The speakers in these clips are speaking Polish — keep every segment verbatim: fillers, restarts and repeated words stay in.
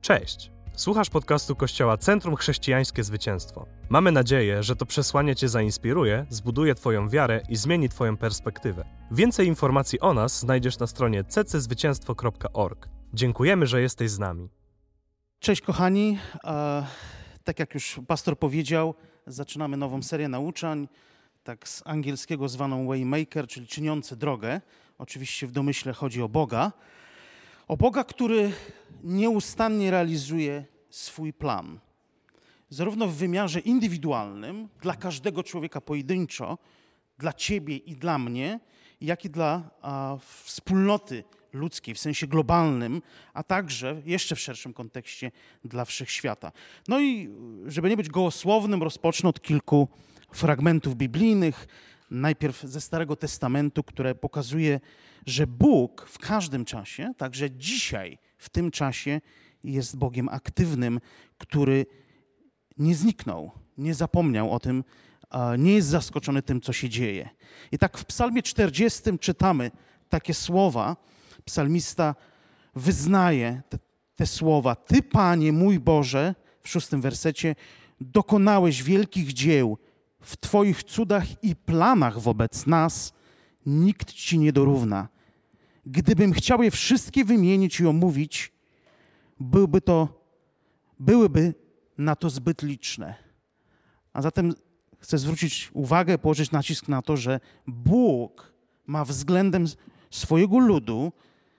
Cześć! Słuchasz podcastu Kościoła Centrum Chrześcijańskie Zwycięstwo. Mamy nadzieję, że to przesłanie Cię zainspiruje, zbuduje Twoją wiarę i zmieni Twoją perspektywę. Więcej informacji o nas znajdziesz na stronie c c zwycięstwo kropka org. Dziękujemy, że jesteś z nami. Cześć kochani, e, tak jak już pastor powiedział, zaczynamy nową serię nauczań, tak z angielskiego zwaną Waymaker, czyli czyniący drogę. Oczywiście w domyśle chodzi o Boga. O Boga, który nieustannie realizuje swój plan. Zarówno w wymiarze indywidualnym, dla każdego człowieka pojedynczo, dla ciebie i dla mnie, jak i dla a, wspólnoty ludzkiej w sensie globalnym, a także jeszcze w szerszym kontekście dla wszechświata. No i żeby nie być gołosłownym, rozpocznę od kilku fragmentów biblijnych, najpierw ze Starego Testamentu, które pokazuje, że Bóg w każdym czasie, także dzisiaj, w tym czasie, jest Bogiem aktywnym, który nie zniknął, nie zapomniał o tym, nie jest zaskoczony tym, co się dzieje. I tak w Psalmie czterdziestym czytamy takie słowa. Psalmista wyznaje te, te słowa. Ty, Panie, mój Boże, w szóstym wersecie, dokonałeś wielkich dzieł. W Twoich cudach i planach wobec nas nikt Ci nie dorówna. Gdybym chciał je wszystkie wymienić i omówić, byłby to, byłyby na to zbyt liczne. A zatem chcę zwrócić uwagę, położyć nacisk na to, że Bóg ma względem swojego ludu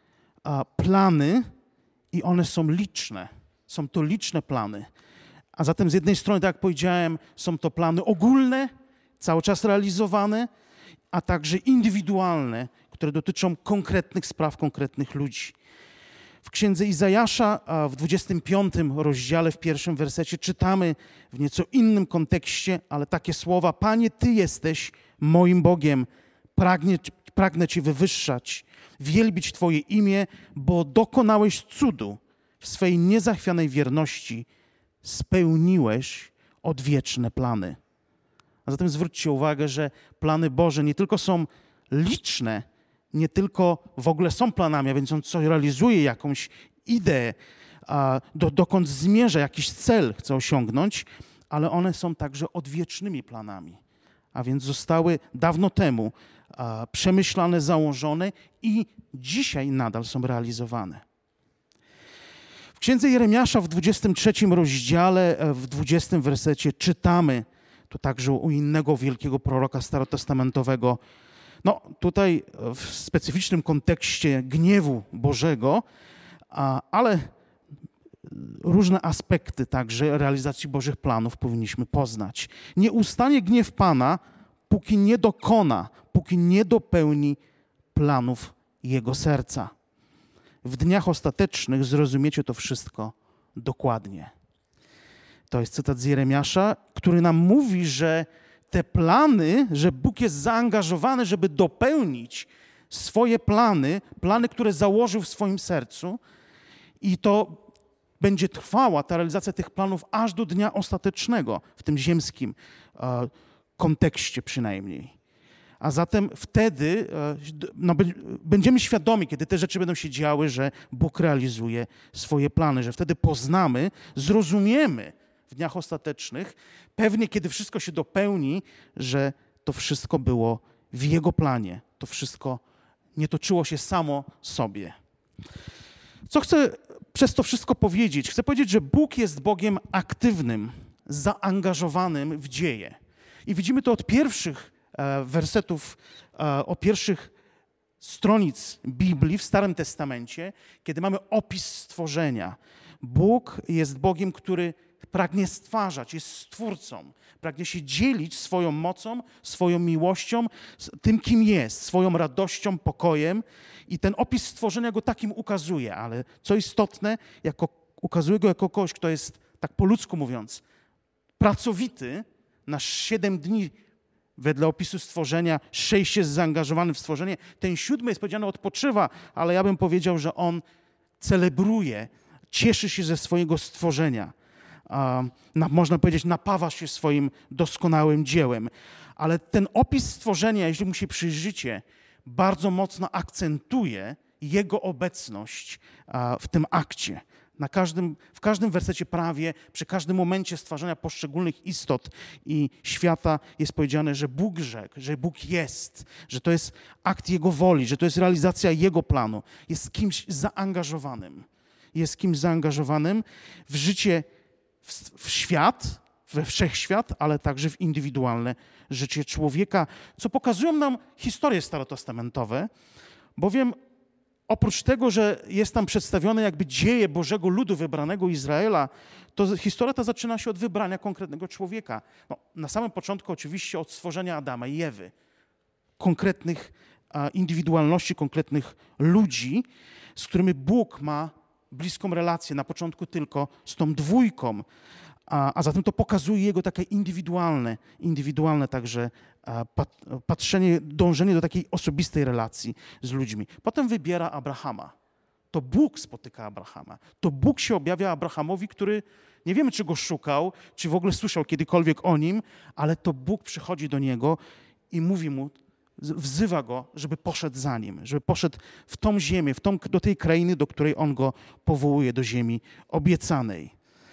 plany i one są liczne. Są to liczne plany. A zatem z jednej strony, tak jak powiedziałem, są to plany ogólne, cały czas realizowane, a także indywidualne, które dotyczą konkretnych spraw, konkretnych ludzi. W księdze Izajasza w dwudziestym piątym rozdziale, w pierwszym wersecie czytamy w nieco innym kontekście, ale takie słowa: Panie, Ty jesteś moim Bogiem, pragnę, pragnę Cię wywyższać, wielbić Twoje imię, bo dokonałeś cudu w swej niezachwianej wierności, spełniłeś odwieczne plany. A zatem zwróćcie uwagę, że plany Boże nie tylko są liczne, nie tylko w ogóle są planami, a więc on coś realizuje, jakąś ideę, do, dokąd zmierza, jakiś cel chce osiągnąć, ale one są także odwiecznymi planami. A więc zostały dawno temu a, przemyślane, założone i dzisiaj nadal są realizowane. W księdze Jeremiasza w dwudziestym trzecim rozdziale, w dwudziestym wersecie czytamy, to także u innego wielkiego proroka starotestamentowego, no tutaj w specyficznym kontekście gniewu Bożego, ale różne aspekty także realizacji Bożych planów powinniśmy poznać. Nie ustanie gniew Pana, póki nie dokona, póki nie dopełni planów Jego serca. W dniach ostatecznych zrozumiecie to wszystko dokładnie. To jest cytat z Jeremiasza, który nam mówi, że te plany, że Bóg jest zaangażowany, żeby dopełnić swoje plany, plany, które założył w swoim sercu, i to będzie trwała, ta realizacja tych planów aż do dnia ostatecznego, w tym ziemskim e, kontekście przynajmniej. A zatem wtedy no, będziemy świadomi, kiedy te rzeczy będą się działy, że Bóg realizuje swoje plany, że wtedy poznamy, zrozumiemy w dniach ostatecznych, pewnie kiedy wszystko się dopełni, że to wszystko było w Jego planie. To wszystko nie toczyło się samo sobie. Co chcę przez to wszystko powiedzieć? Chcę powiedzieć, że Bóg jest Bogiem aktywnym, zaangażowanym w dzieje. I widzimy to od pierwszych wersetów, o pierwszych stronic Biblii w Starym Testamencie, kiedy mamy opis stworzenia. Bóg jest Bogiem, który pragnie stwarzać, jest stwórcą, pragnie się dzielić swoją mocą, swoją miłością, tym, kim jest, swoją radością, pokojem, i ten opis stworzenia go takim ukazuje, ale co istotne, jako, ukazuje go jako kogoś, kto jest, tak po ludzku mówiąc, pracowity, na siedem dni wedle opisu stworzenia, sześć jest zaangażowany w stworzenie. Ten siódmy jest powiedziane odpoczywa, ale ja bym powiedział, że on celebruje, cieszy się ze swojego stworzenia. Na, można powiedzieć, napawa się swoim doskonałym dziełem. Ale ten opis stworzenia, jeśli mu się przyjrzycie, bardzo mocno akcentuje jego obecność w tym akcie. Na każdym, w każdym wersecie prawie, przy każdym momencie stwarzania poszczególnych istot i świata jest powiedziane, że Bóg rzekł, że Bóg jest, że to jest akt Jego woli, że to jest realizacja Jego planu. Jest kimś zaangażowanym. Jest kimś zaangażowanym w życie, w, w świat, we wszechświat, ale także w indywidualne życie człowieka, co pokazują nam historie starotestamentowe, bowiem oprócz tego, że jest tam przedstawione jakby dzieje Bożego ludu wybranego Izraela, to historia ta zaczyna się od wybrania konkretnego człowieka. No, na samym początku oczywiście od stworzenia Adama i Ewy, konkretnych a, indywidualności, konkretnych ludzi, z którymi Bóg ma bliską relację, na początku tylko z tą dwójką, a, a zatem to pokazuje jego takie indywidualne, indywidualne także a, pat, patrzenie, dążenie do takiej osobistej relacji z ludźmi. Potem wybiera Abrahama. To Bóg spotyka Abrahama. To Bóg się objawia Abrahamowi, który nie wiemy, czy go szukał, czy w ogóle słyszał kiedykolwiek o nim, ale to Bóg przychodzi do niego i mówi mu, wzywa go, żeby poszedł za nim, żeby poszedł w tą ziemię, w tą, do tej krainy, do której on go powołuje, do ziemi obiecanej.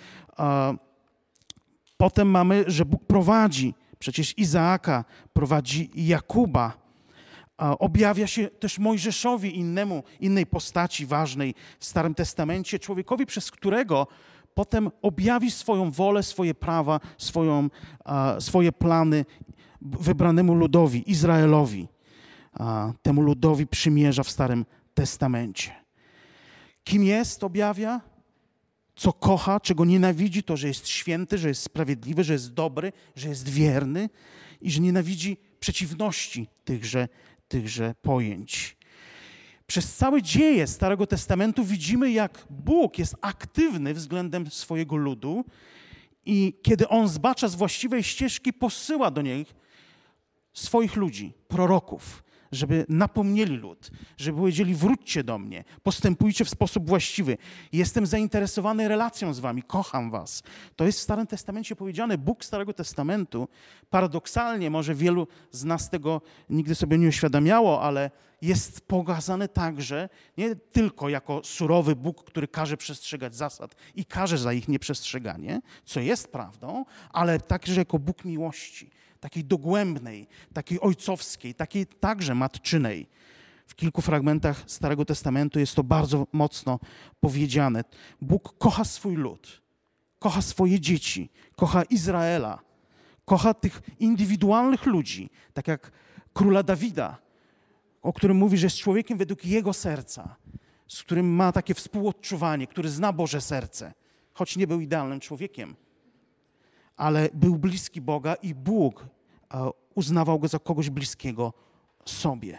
Potem mamy, że Bóg prowadzi, przecież Izaaka, prowadzi Jakuba. Objawia się też Mojżeszowi, innemu, innej postaci ważnej w Starym Testamencie, człowiekowi, przez którego potem objawi swoją wolę, swoje prawa, swoją, swoje plany wybranemu ludowi, Izraelowi, temu ludowi przymierza w Starym Testamencie. Kim jest, objawia? Co kocha, czego nienawidzi, to, że jest święty, że jest sprawiedliwy, że jest dobry, że jest wierny i że nienawidzi przeciwności tychże, tychże pojęć. Przez całe dzieje Starego Testamentu widzimy, jak Bóg jest aktywny względem swojego ludu i kiedy On zbacza z właściwej ścieżki, posyła do nich swoich ludzi, proroków, żeby napomnieli lud, żeby powiedzieli: wróćcie do mnie, postępujcie w sposób właściwy. Jestem zainteresowany relacją z wami, kocham was. To jest w Starym Testamencie powiedziane. Bóg Starego Testamentu, paradoksalnie, może wielu z nas tego nigdy sobie nie uświadamiało, ale jest pokazany także nie tylko jako surowy Bóg, który każe przestrzegać zasad i każe za ich nieprzestrzeganie, co jest prawdą, ale także jako Bóg miłości, takiej dogłębnej, takiej ojcowskiej, takiej także matczynej. W kilku fragmentach Starego Testamentu jest to bardzo mocno powiedziane. Bóg kocha swój lud, kocha swoje dzieci, kocha Izraela, kocha tych indywidualnych ludzi, tak jak króla Dawida, o którym mówi, że jest człowiekiem według jego serca, z którym ma takie współodczuwanie, który zna Boże serce, choć nie był idealnym człowiekiem, ale był bliski Boga i Bóg uznawał go za kogoś bliskiego sobie.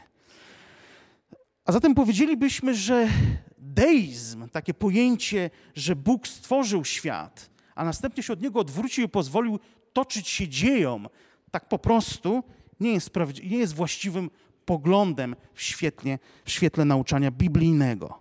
A zatem powiedzielibyśmy, że deizm, takie pojęcie, że Bóg stworzył świat, a następnie się od niego odwrócił i pozwolił toczyć się dziejom, tak po prostu nie jest, prawdzi- nie jest właściwym poglądem w świetle, w świetle nauczania biblijnego.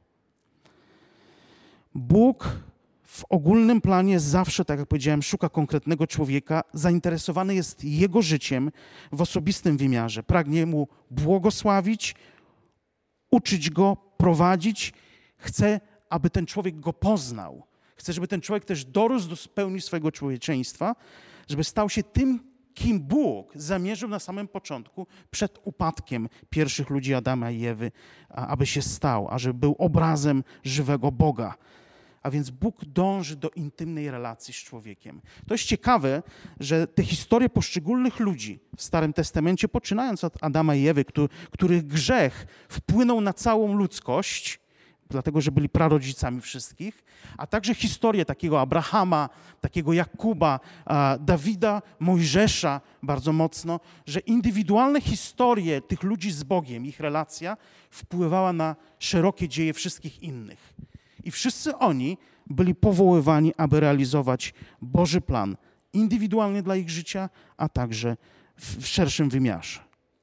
Bóg w ogólnym planie zawsze, tak jak powiedziałem, szuka konkretnego człowieka, zainteresowany jest jego życiem w osobistym wymiarze. Pragnie mu błogosławić, uczyć go, prowadzić. Chce, aby ten człowiek go poznał. Chce, żeby ten człowiek też dorósł do pełni swojego człowieczeństwa, żeby stał się tym, kim Bóg zamierzył na samym początku, przed upadkiem pierwszych ludzi Adama i Ewy, aby się stał, a żeby był obrazem żywego Boga. A więc Bóg dąży do intymnej relacji z człowiekiem. To jest ciekawe, że te historie poszczególnych ludzi w Starym Testamencie, poczynając od Adama i Ewy, których grzech wpłynął na całą ludzkość, dlatego że byli prarodzicami wszystkich, a także historię takiego Abrahama, takiego Jakuba, Dawida, Mojżesza bardzo mocno, że indywidualne historie tych ludzi z Bogiem, ich relacja wpływała na szerokie dzieje wszystkich innych. I wszyscy oni byli powoływani, aby realizować Boży plan indywidualnie dla ich życia, a także w szerszym wymiarze.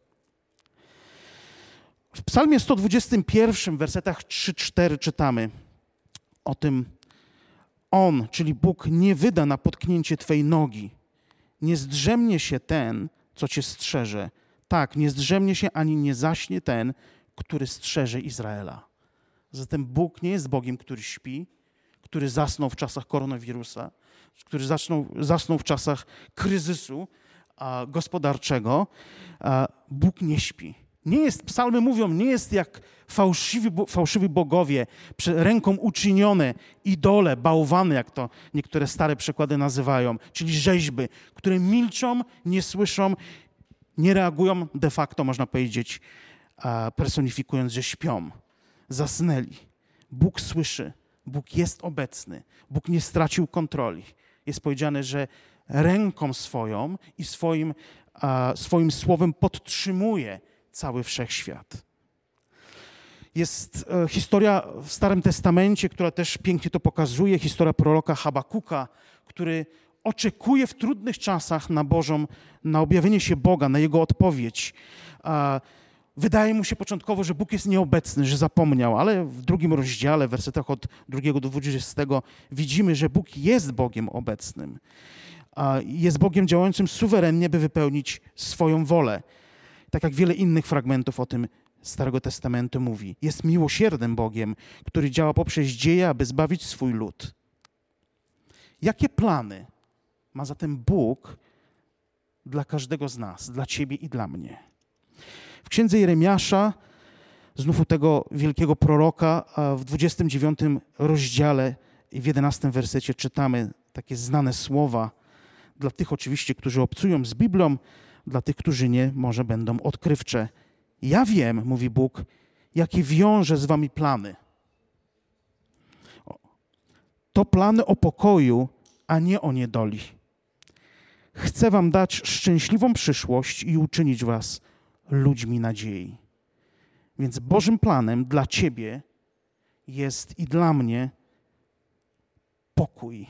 W Psalmie sto dwudziestym pierwszym, w wersetach trzy cztery czytamy o tym: On, czyli Bóg, nie wyda na potknięcie Twej nogi. Nie zdrzemnie się ten, co Cię strzeże. Tak, nie zdrzemnie się ani nie zaśnie ten, który strzeże Izraela. Zatem Bóg nie jest Bogiem, który śpi, który zasnął w czasach koronawirusa, który zasnął, zasnął w czasach kryzysu a, gospodarczego. A, Bóg nie śpi. Nie jest, psalmy mówią, nie jest jak fałszywi, fałszywi bogowie, ręką uczynione idole, bałwany, jak to niektóre stare przekłady nazywają, czyli rzeźby, które milczą, nie słyszą, nie reagują, de facto można powiedzieć, personifikując, że śpią, zasnęli. Bóg słyszy, Bóg jest obecny, Bóg nie stracił kontroli. Jest powiedziane, że ręką swoją i swoim, swoim słowem podtrzymuje cały wszechświat. Jest historia w Starym Testamencie, która też pięknie to pokazuje, historia proroka Habakuka, który oczekuje w trudnych czasach na Bożą, na objawienie się Boga, na Jego odpowiedź. Wydaje mu się początkowo, że Bóg jest nieobecny, że zapomniał, ale w drugim rozdziale, w wersetach od drugiego do dwudziestego widzimy, że Bóg jest Bogiem obecnym. Jest Bogiem działającym suwerennie, by wypełnić swoją wolę. Tak jak wiele innych fragmentów o tym Starego Testamentu mówi. Jest miłosiernym Bogiem, który działa poprzez dzieje, aby zbawić swój lud. Jakie plany ma zatem Bóg dla każdego z nas, dla ciebie i dla mnie? W księdze Jeremiasza, znów u tego wielkiego proroka, w dwudziestym dziewiątym rozdziale i w jedenastym wersecie czytamy takie znane słowa. Dla tych oczywiście, którzy obcują z Biblią, dla tych, którzy nie, może będą odkrywcze. Ja wiem, mówi Bóg, jakie wiąże z wami plany. To plany o pokoju, a nie o niedoli. Chcę wam dać szczęśliwą przyszłość i uczynić was ludźmi nadziei. Więc Bożym planem dla ciebie jest i dla mnie pokój.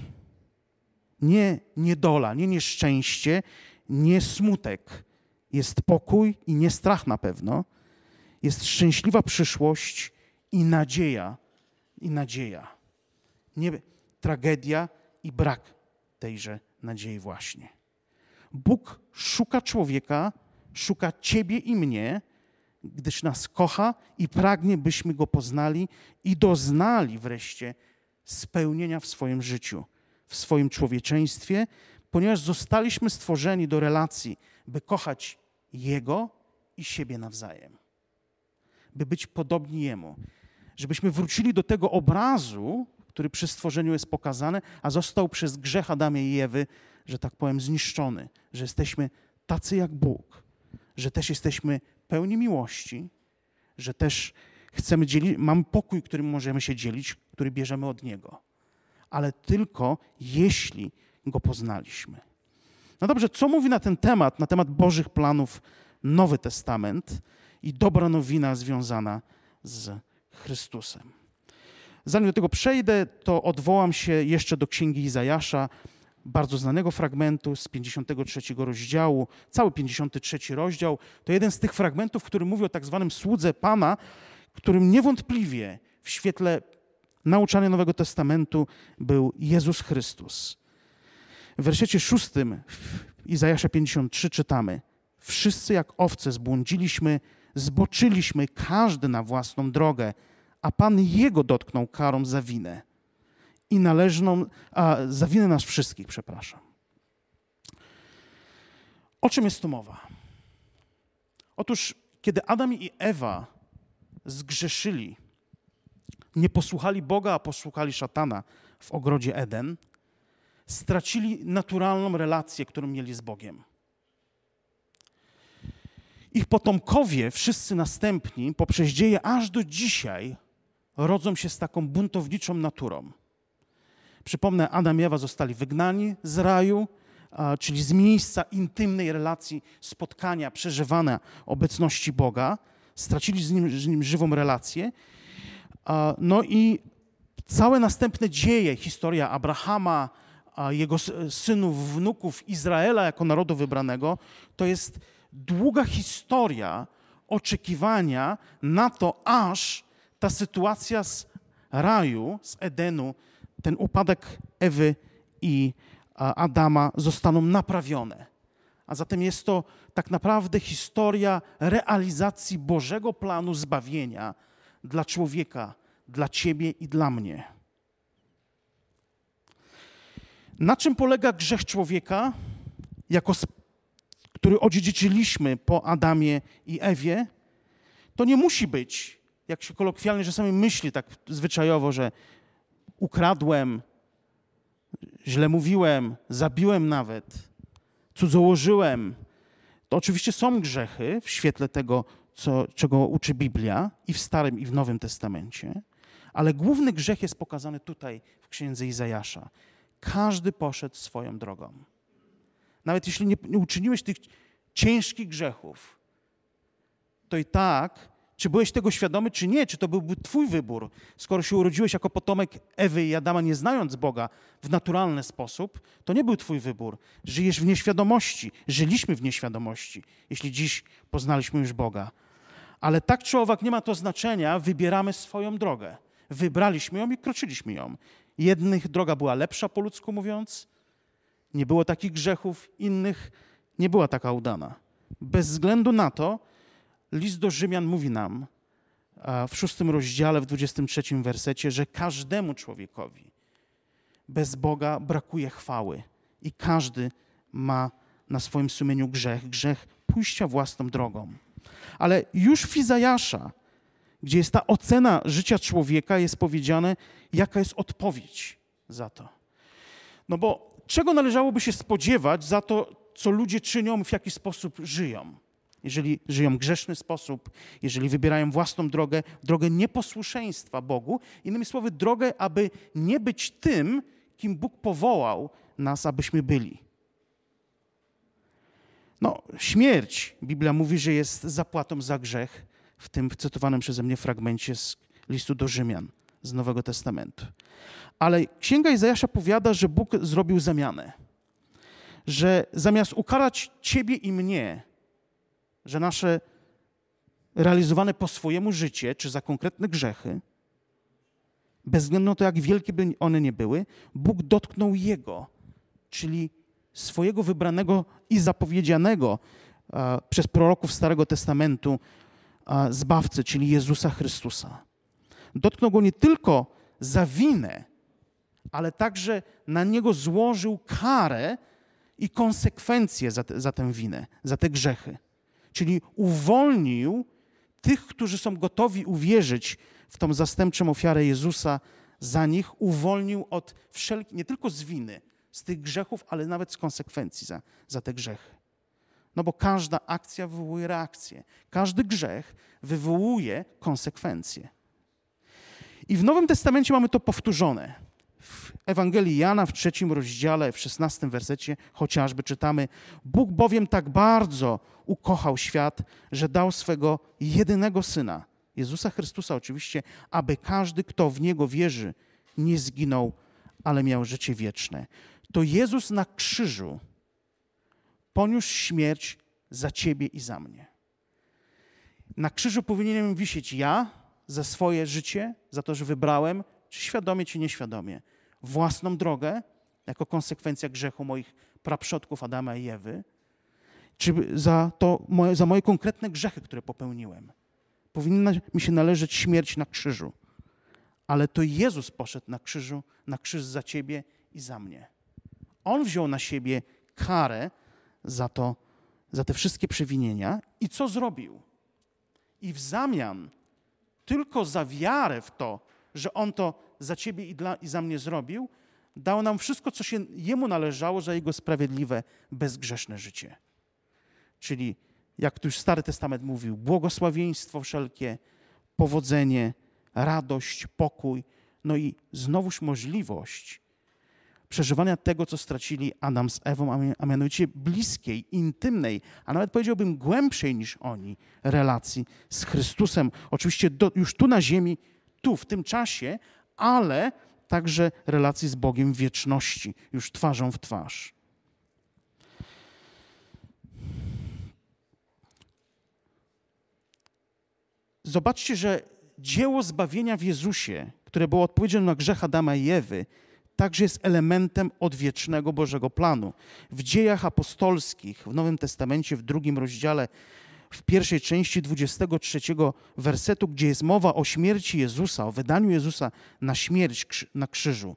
Nie niedola, nie nieszczęście, nie smutek. Jest pokój i nie strach na pewno. Jest szczęśliwa przyszłość i nadzieja. I nadzieja. Nie tragedia i brak tejże nadziei właśnie. Bóg szuka człowieka, szuka ciebie i mnie, gdyż nas kocha i pragnie, byśmy Go poznali i doznali wreszcie spełnienia w swoim życiu, w swoim człowieczeństwie, ponieważ zostaliśmy stworzeni do relacji, by kochać Jego i siebie nawzajem. By być podobni Jemu. Żebyśmy wrócili do tego obrazu, który przy stworzeniu jest pokazany, a został przez grzech Adama i Ewy, że tak powiem, zniszczony. Że jesteśmy tacy jak Bóg. Że też jesteśmy pełni miłości, że też chcemy dzielić, mamy pokój, którym możemy się dzielić, który bierzemy od Niego. Ale tylko jeśli Go poznaliśmy. No dobrze, co mówi na ten temat, na temat Bożych planów Nowy Testament i dobra nowina związana z Chrystusem? Zanim do tego przejdę, to odwołam się jeszcze do Księgi Izajasza, bardzo znanego fragmentu z pięćdziesiątego trzeciego rozdziału. Cały pięćdziesiąty trzeci rozdział to jeden z tych fragmentów, który mówi o tak zwanym słudze Pana, którym niewątpliwie w świetle nauczania Nowego Testamentu był Jezus Chrystus. W wersecie szóstym Izajasza pięćdziesiąt trzy czytamy: wszyscy jak owce zbłądziliśmy, zboczyliśmy każdy na własną drogę, a Pan Jego dotknął karą za winę. I należną, a za winę nas wszystkich, przepraszam. O czym jest tu mowa? Otóż, kiedy Adam i Ewa zgrzeszyli, nie posłuchali Boga, a posłuchali szatana w ogrodzie Eden, stracili naturalną relację, którą mieli z Bogiem. Ich potomkowie, wszyscy następni, poprzez dzieje aż do dzisiaj rodzą się z taką buntowniczą naturą. Przypomnę, Adam i Ewa zostali wygnani z raju, czyli z miejsca intymnej relacji, spotkania, przeżywania obecności Boga. Stracili z nim, z nim żywą relację. No i całe następne dzieje, historia Abrahama, jego synów, wnuków, Izraela jako narodu wybranego, to jest długa historia oczekiwania na to, aż ta sytuacja z raju, z Edenu, ten upadek Ewy i Adama zostaną naprawione. A zatem jest to tak naprawdę historia realizacji Bożego planu zbawienia dla człowieka, dla ciebie i dla mnie. Na czym polega grzech człowieka, jako, który odziedziczyliśmy po Adamie i Ewie? To nie musi być, jak się kolokwialnie czasami myśli tak zwyczajowo, że ukradłem, źle mówiłem, zabiłem nawet, cudzołożyłem. To oczywiście są grzechy w świetle tego, co, czego uczy Biblia i w Starym, i w Nowym Testamencie, ale główny grzech jest pokazany tutaj w Księdze Izajasza. Każdy poszedł swoją drogą. Nawet jeśli nie, nie uczyniłeś tych ciężkich grzechów, to i tak, czy byłeś tego świadomy, czy nie, czy to byłby twój wybór, skoro się urodziłeś jako potomek Ewy i Adama, nie znając Boga w naturalny sposób, to nie był twój wybór. Żyjesz w nieświadomości, żyliśmy w nieświadomości, jeśli dziś poznaliśmy już Boga. Ale tak czy owak nie ma to znaczenia, wybieramy swoją drogę. Wybraliśmy ją i kroczyliśmy ją. Jednych droga była lepsza, po ludzku mówiąc, nie było takich grzechów, innych nie była taka udana. Bez względu na to, list do Rzymian mówi nam w szóstym rozdziale, w dwudziestym trzecim wersecie, że każdemu człowiekowi bez Boga brakuje chwały i każdy ma na swoim sumieniu grzech, grzech pójścia własną drogą. Ale już w Izajasza, gdzie jest ta ocena życia człowieka, jest powiedziane, jaka jest odpowiedź za to. No bo czego należałoby się spodziewać za to, co ludzie czynią, w jaki sposób żyją? Jeżeli żyją w grzeszny sposób, jeżeli wybierają własną drogę, drogę nieposłuszeństwa Bogu, innymi słowy, drogę, aby nie być tym, kim Bóg powołał nas, abyśmy byli. No, śmierć, Biblia mówi, że jest zapłatą za grzech, w tym cytowanym przeze mnie fragmencie z listu do Rzymian, z Nowego Testamentu. Ale Księga Izajasza powiada, że Bóg zrobił zamianę, że zamiast ukarać ciebie i mnie, że nasze realizowane po swojemu życie, czy za konkretne grzechy, bez względu na to, jak wielkie by one nie były, Bóg dotknął Jego, czyli swojego wybranego i zapowiedzianego a, przez proroków Starego Testamentu a, Zbawcy, czyli Jezusa Chrystusa. Dotknął Go nie tylko za winę, ale także na Niego złożył karę i konsekwencje za, te, za tę winę, za te grzechy. Czyli uwolnił tych, którzy są gotowi uwierzyć w tą zastępczą ofiarę Jezusa za nich, uwolnił od wszelkich, nie tylko z winy, z tych grzechów, ale nawet z konsekwencji za, za te grzechy. No bo każda akcja wywołuje reakcję. Każdy grzech wywołuje konsekwencje. I w Nowym Testamencie mamy to powtórzone. W Ewangelii Jana w trzecim rozdziale, w szesnastym wersecie chociażby czytamy: Bóg bowiem tak bardzo ukochał świat, że dał swego jedynego Syna, Jezusa Chrystusa oczywiście, aby każdy, kto w Niego wierzy, nie zginął, ale miał życie wieczne. To Jezus na krzyżu poniósł śmierć za ciebie i za mnie. Na krzyżu powinienem wisieć ja za swoje życie, za to, że wybrałem, czy świadomie, czy nieświadomie, własną drogę, jako konsekwencja grzechu moich praprzodków Adama i Ewy, czy za, to, moje, za moje konkretne grzechy, które popełniłem. Powinna mi się należeć śmierć na krzyżu. Ale to Jezus poszedł na krzyżu, na krzyż za ciebie i za mnie. On wziął na siebie karę za to, za te wszystkie przewinienia i co zrobił? I w zamian tylko za wiarę w to, że On to za ciebie i, dla, i za mnie zrobił, dał nam wszystko, co się Jemu należało za Jego sprawiedliwe, bezgrzeszne życie. Czyli, jak tu już Stary Testament mówił, błogosławieństwo wszelkie, powodzenie, radość, pokój, no i znowuż możliwość przeżywania tego, co stracili Adam z Ewą, a mianowicie bliskiej, intymnej, a nawet powiedziałbym głębszej niż oni relacji z Chrystusem. Oczywiście do, już tu na ziemi, tu, w tym czasie, ale także relacji z Bogiem w wieczności, już twarzą w twarz. Zobaczcie, że dzieło zbawienia w Jezusie, które było odpowiedzią na grzech Adama i Ewy, także jest elementem odwiecznego Bożego planu. W Dziejach Apostolskich, w Nowym Testamencie, w drugim rozdziale, w pierwszej części dwudziestego trzeciego wersetu, gdzie jest mowa o śmierci Jezusa, o wydaniu Jezusa na śmierć na krzyżu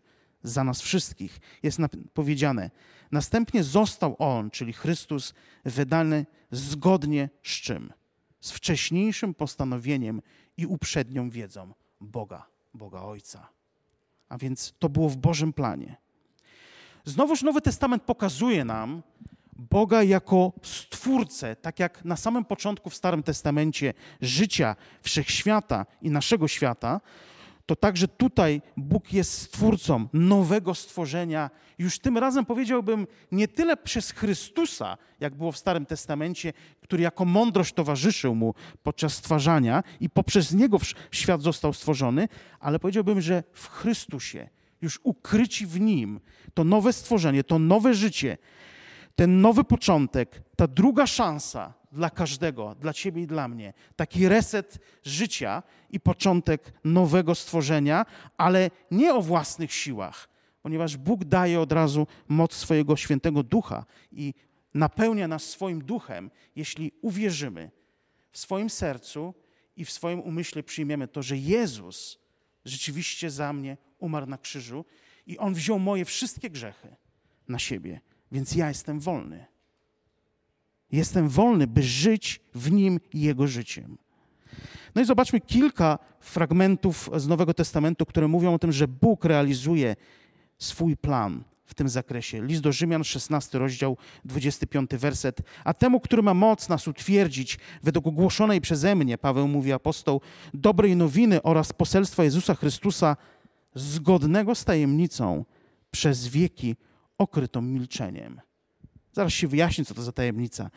za nas wszystkich. Jest powiedziane, następnie został On, czyli Chrystus, wydany zgodnie z czym? Z wcześniejszym postanowieniem i uprzednią wiedzą Boga, Boga Ojca. A więc to było w Bożym planie. Znowuż Nowy Testament pokazuje nam Boga jako Stwórcę, tak jak na samym początku w Starym Testamencie życia wszechświata i naszego świata, to także tutaj Bóg jest Stwórcą nowego stworzenia. Już tym razem powiedziałbym nie tyle przez Chrystusa, jak było w Starym Testamencie, który jako mądrość towarzyszył Mu podczas stwarzania i poprzez Niego świat został stworzony, ale powiedziałbym, że w Chrystusie, już ukryci w Nim, to nowe stworzenie, to nowe życie, ten nowy początek, ta druga szansa dla każdego, dla ciebie i dla mnie, taki reset życia i początek nowego stworzenia, ale nie o własnych siłach, ponieważ Bóg daje od razu moc swojego świętego ducha i napełnia nas swoim duchem, jeśli uwierzymy w swoim sercu i w swoim umyśle przyjmiemy to, że Jezus rzeczywiście za mnie umarł na krzyżu i On wziął moje wszystkie grzechy na siebie. Więc ja jestem wolny. Jestem wolny, by żyć w Nim Jego życiem. No i zobaczmy kilka fragmentów z Nowego Testamentu, które mówią o tym, że Bóg realizuje swój plan w tym zakresie. List do Rzymian, szesnasty rozdział, dwudziesty piąty werset. A temu, który ma moc nas utwierdzić według ogłoszonej przeze mnie, Paweł mówi apostoł, dobrej nowiny oraz poselstwa Jezusa Chrystusa, zgodnego z tajemnicą, przez wieki okrytą milczeniem. Zaraz się wyjaśni, co to za tajemnica.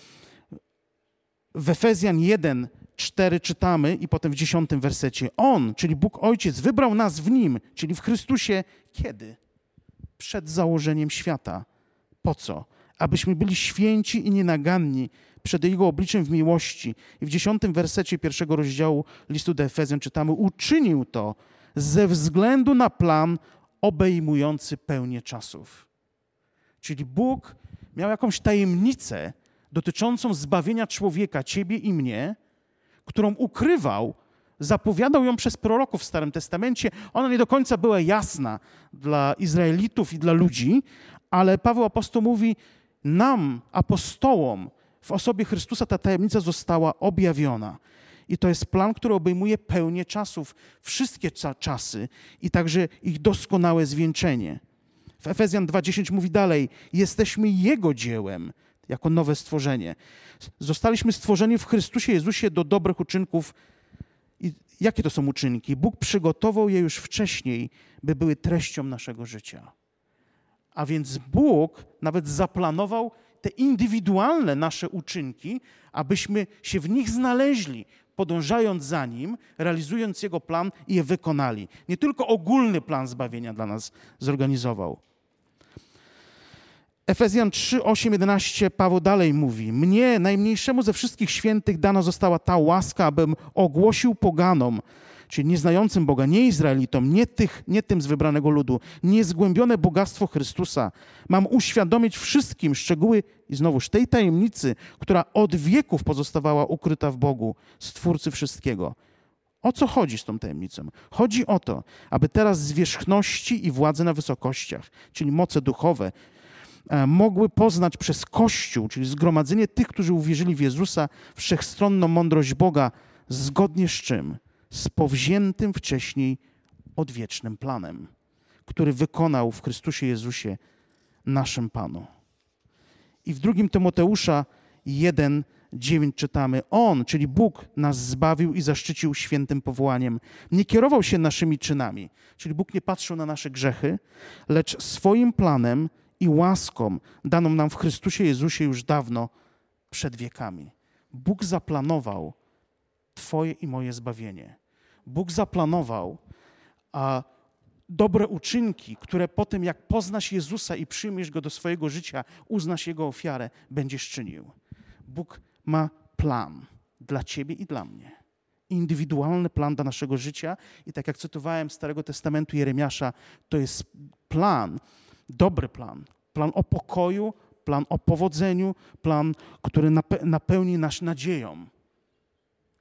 W Efezjan jeden, cztery czytamy i potem w dziesiątym wersecie. On, czyli Bóg Ojciec, wybrał nas w Nim, czyli w Chrystusie. Kiedy? Przed założeniem świata. Po co? Abyśmy byli święci i nienaganni przed Jego obliczem w miłości. I w dziesiątym wersecie pierwszego rozdziału listu do Efezjan czytamy. Uczynił to ze względu na plan obejmujący pełnię czasów. Czyli Bóg miał jakąś tajemnicę dotyczącą zbawienia człowieka, ciebie i mnie, którą ukrywał, zapowiadał ją przez proroków w Starym Testamencie. Ona nie do końca była jasna dla Izraelitów i dla ludzi, ale Paweł apostoł mówi, nam, apostołom, w osobie Chrystusa ta tajemnica została objawiona. I to jest plan, który obejmuje pełnię czasów, wszystkie czasy i także ich doskonałe zwieńczenie. W Efezjan dwa dziesięć mówi dalej, jesteśmy Jego dziełem, jako nowe stworzenie. Zostaliśmy stworzeni w Chrystusie Jezusie do dobrych uczynków. I jakie to są uczynki? Bóg przygotował je już wcześniej, by były treścią naszego życia. A więc Bóg nawet zaplanował te indywidualne nasze uczynki, abyśmy się w nich znaleźli, podążając za Nim, realizując Jego plan i je wykonali. Nie tylko ogólny plan zbawienia dla nas zorganizował. Efezjan trzy, osiem, jedenaście Paweł dalej mówi, mnie, najmniejszemu ze wszystkich świętych, dana została ta łaska, abym ogłosił poganom, czyli nieznającym Boga, nie Izraelitom, nie, tych, nie tym z wybranego ludu, niezgłębione bogactwo Chrystusa. Mam uświadomić wszystkim szczegóły i znowuż tej tajemnicy, która od wieków pozostawała ukryta w Bogu, Stwórcy wszystkiego. O co chodzi z tą tajemnicą? Chodzi o to, aby teraz zwierzchności i władze na wysokościach, czyli moce duchowe, mogły poznać przez Kościół, czyli zgromadzenie tych, którzy uwierzyli w Jezusa, wszechstronną mądrość Boga, zgodnie z czym? Z powziętym wcześniej odwiecznym planem, który wykonał w Chrystusie Jezusie, naszym Panu. I w drugim Tymoteusza jeden, dziewięć czytamy, On, czyli Bóg, nas zbawił i zaszczycił świętym powołaniem. Nie kierował się naszymi czynami, czyli Bóg nie patrzył na nasze grzechy, lecz swoim planem i łaską daną nam w Chrystusie Jezusie już dawno przed wiekami. Bóg zaplanował twoje i moje zbawienie. Bóg zaplanował a, dobre uczynki, które potem jak poznasz Jezusa i przyjmiesz Go do swojego życia, uznasz Jego ofiarę, będziesz czynił. Bóg ma plan dla ciebie i dla mnie. Indywidualny plan dla naszego życia i tak jak cytowałem z Starego Testamentu Jeremiasza, to jest plan, dobry plan, plan o pokoju, plan o powodzeniu, plan, który napełni nas nadzieją.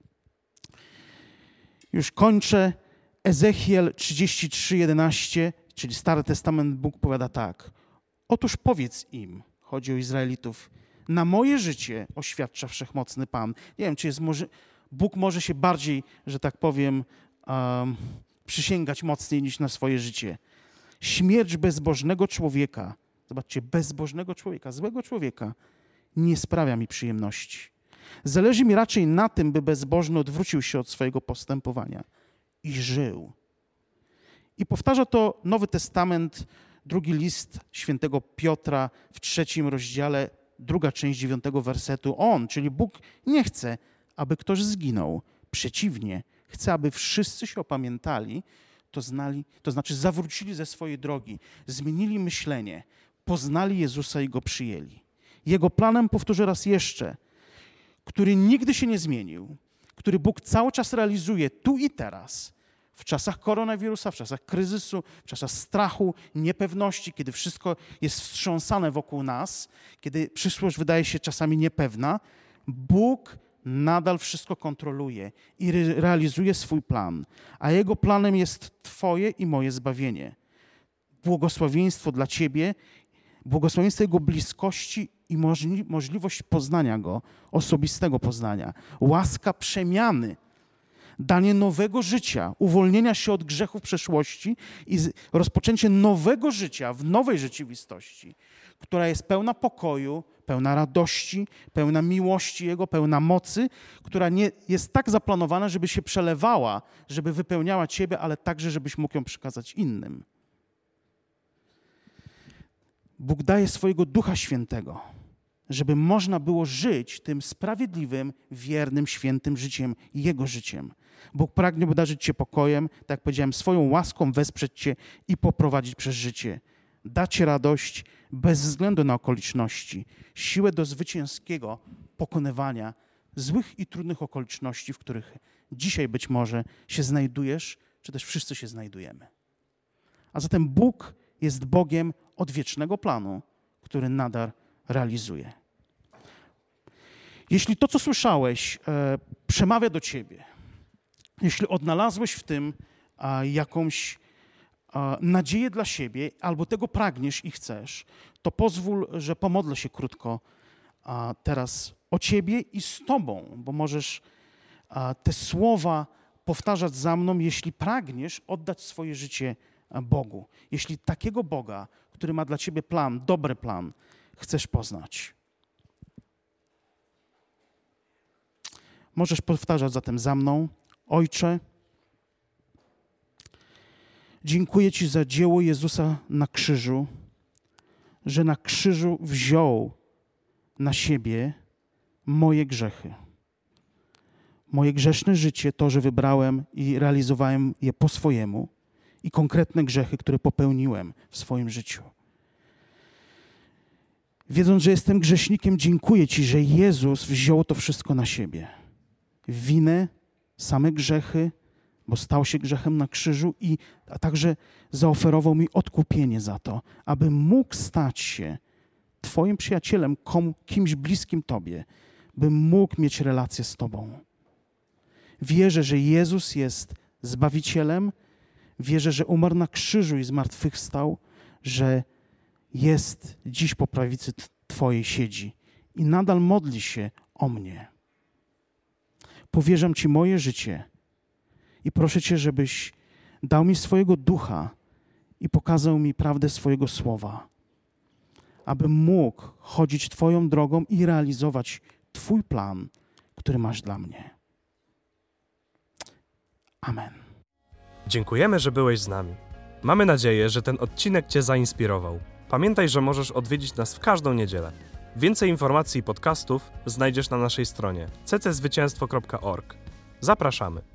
Już kończę. Ezechiel trzydzieści trzy, jedenaście. czyli Stary Testament, Bóg powiada tak. Otóż powiedz im, chodzi o Izraelitów, na moje życie oświadcza Wszechmocny Pan. Nie wiem, czy jest może, Bóg może się bardziej, że tak powiem, um, przysięgać mocniej niż na swoje życie. Śmierć bezbożnego człowieka, zobaczcie, bezbożnego człowieka, złego człowieka, nie sprawia mi przyjemności. Zależy mi raczej na tym, by bezbożny odwrócił się od swojego postępowania i żył. I powtarza to Nowy Testament, drugi list świętego Piotra w trzecim rozdziale, druga część dziewiątego wersetu. On, czyli Bóg, nie chce, aby ktoś zginął. Przeciwnie, chce, aby wszyscy się opamiętali, to znali, to znaczy zawrócili ze swojej drogi, zmienili myślenie, poznali Jezusa i Go przyjęli. Jego planem, powtórzę raz jeszcze, który nigdy się nie zmienił, który Bóg cały czas realizuje tu i teraz, w czasach koronawirusa, w czasach kryzysu, w czasach strachu, niepewności, kiedy wszystko jest wstrząsane wokół nas, kiedy przyszłość wydaje się czasami niepewna, Bóg nadal wszystko kontroluje i re- realizuje swój plan. A Jego planem jest Twoje i moje zbawienie. Błogosławieństwo dla Ciebie, błogosławieństwo Jego bliskości i możli- możliwość poznania Go, osobistego poznania. Łaska przemiany, danie nowego życia, uwolnienia się od grzechów przeszłości i z- rozpoczęcie nowego życia w nowej rzeczywistości, która jest pełna pokoju, pełna radości, pełna miłości Jego, pełna mocy, która nie jest tak zaplanowana, żeby się przelewała, żeby wypełniała Ciebie, ale także, żebyś mógł ją przekazać innym. Bóg daje swojego Ducha Świętego, żeby można było żyć tym sprawiedliwym, wiernym, świętym życiem, Jego życiem. Bóg pragnie obdarzyć Cię pokojem, tak jak powiedziałem, swoją łaską wesprzeć Cię i poprowadzić przez życie. Dać Ci radość bez względu na okoliczności, siłę do zwycięskiego pokonywania złych i trudnych okoliczności, w których dzisiaj być może się znajdujesz, czy też wszyscy się znajdujemy. A zatem Bóg jest Bogiem odwiecznego planu, który nadal realizuje. Jeśli to, co słyszałeś, e, przemawia do ciebie, jeśli odnalazłeś w tym a, jakąś a, nadzieję dla siebie, albo tego pragniesz i chcesz, to pozwól, że pomodlę się krótko a, teraz o ciebie i z tobą, bo możesz a, te słowa powtarzać za mną, jeśli pragniesz oddać swoje życie Bogu. Jeśli takiego Boga, który ma dla ciebie plan, dobry plan, chcesz poznać. Możesz powtarzać zatem za mną. Ojcze, dziękuję Ci za dzieło Jezusa na krzyżu, że na krzyżu wziął na siebie moje grzechy. Moje grzeszne życie, to, że wybrałem i realizowałem je po swojemu i konkretne grzechy, które popełniłem w swoim życiu. Wiedząc, że jestem grzesznikiem, dziękuję Ci, że Jezus wziął to wszystko na siebie. Winę, same grzechy, bo stał się grzechem na krzyżu, i a także zaoferował mi odkupienie za to, aby mógł stać się Twoim przyjacielem, kom, kimś bliskim Tobie, bym mógł mieć relację z Tobą. Wierzę, że Jezus jest Zbawicielem, wierzę, że umarł na krzyżu i zmartwychwstał, że jest dziś po prawicy Twojej siedzi i nadal modli się o mnie. Powierzam Ci moje życie i proszę Cię, żebyś dał mi swojego ducha i pokazał mi prawdę swojego słowa, abym mógł chodzić Twoją drogą i realizować Twój plan, który masz dla mnie. Amen. Dziękujemy, że byłeś z nami. Mamy nadzieję, że ten odcinek Cię zainspirował. Pamiętaj, że możesz odwiedzić nas w każdą niedzielę. Więcej informacji i podcastów znajdziesz na naszej stronie c c zwycięstwo kropka org. Zapraszamy.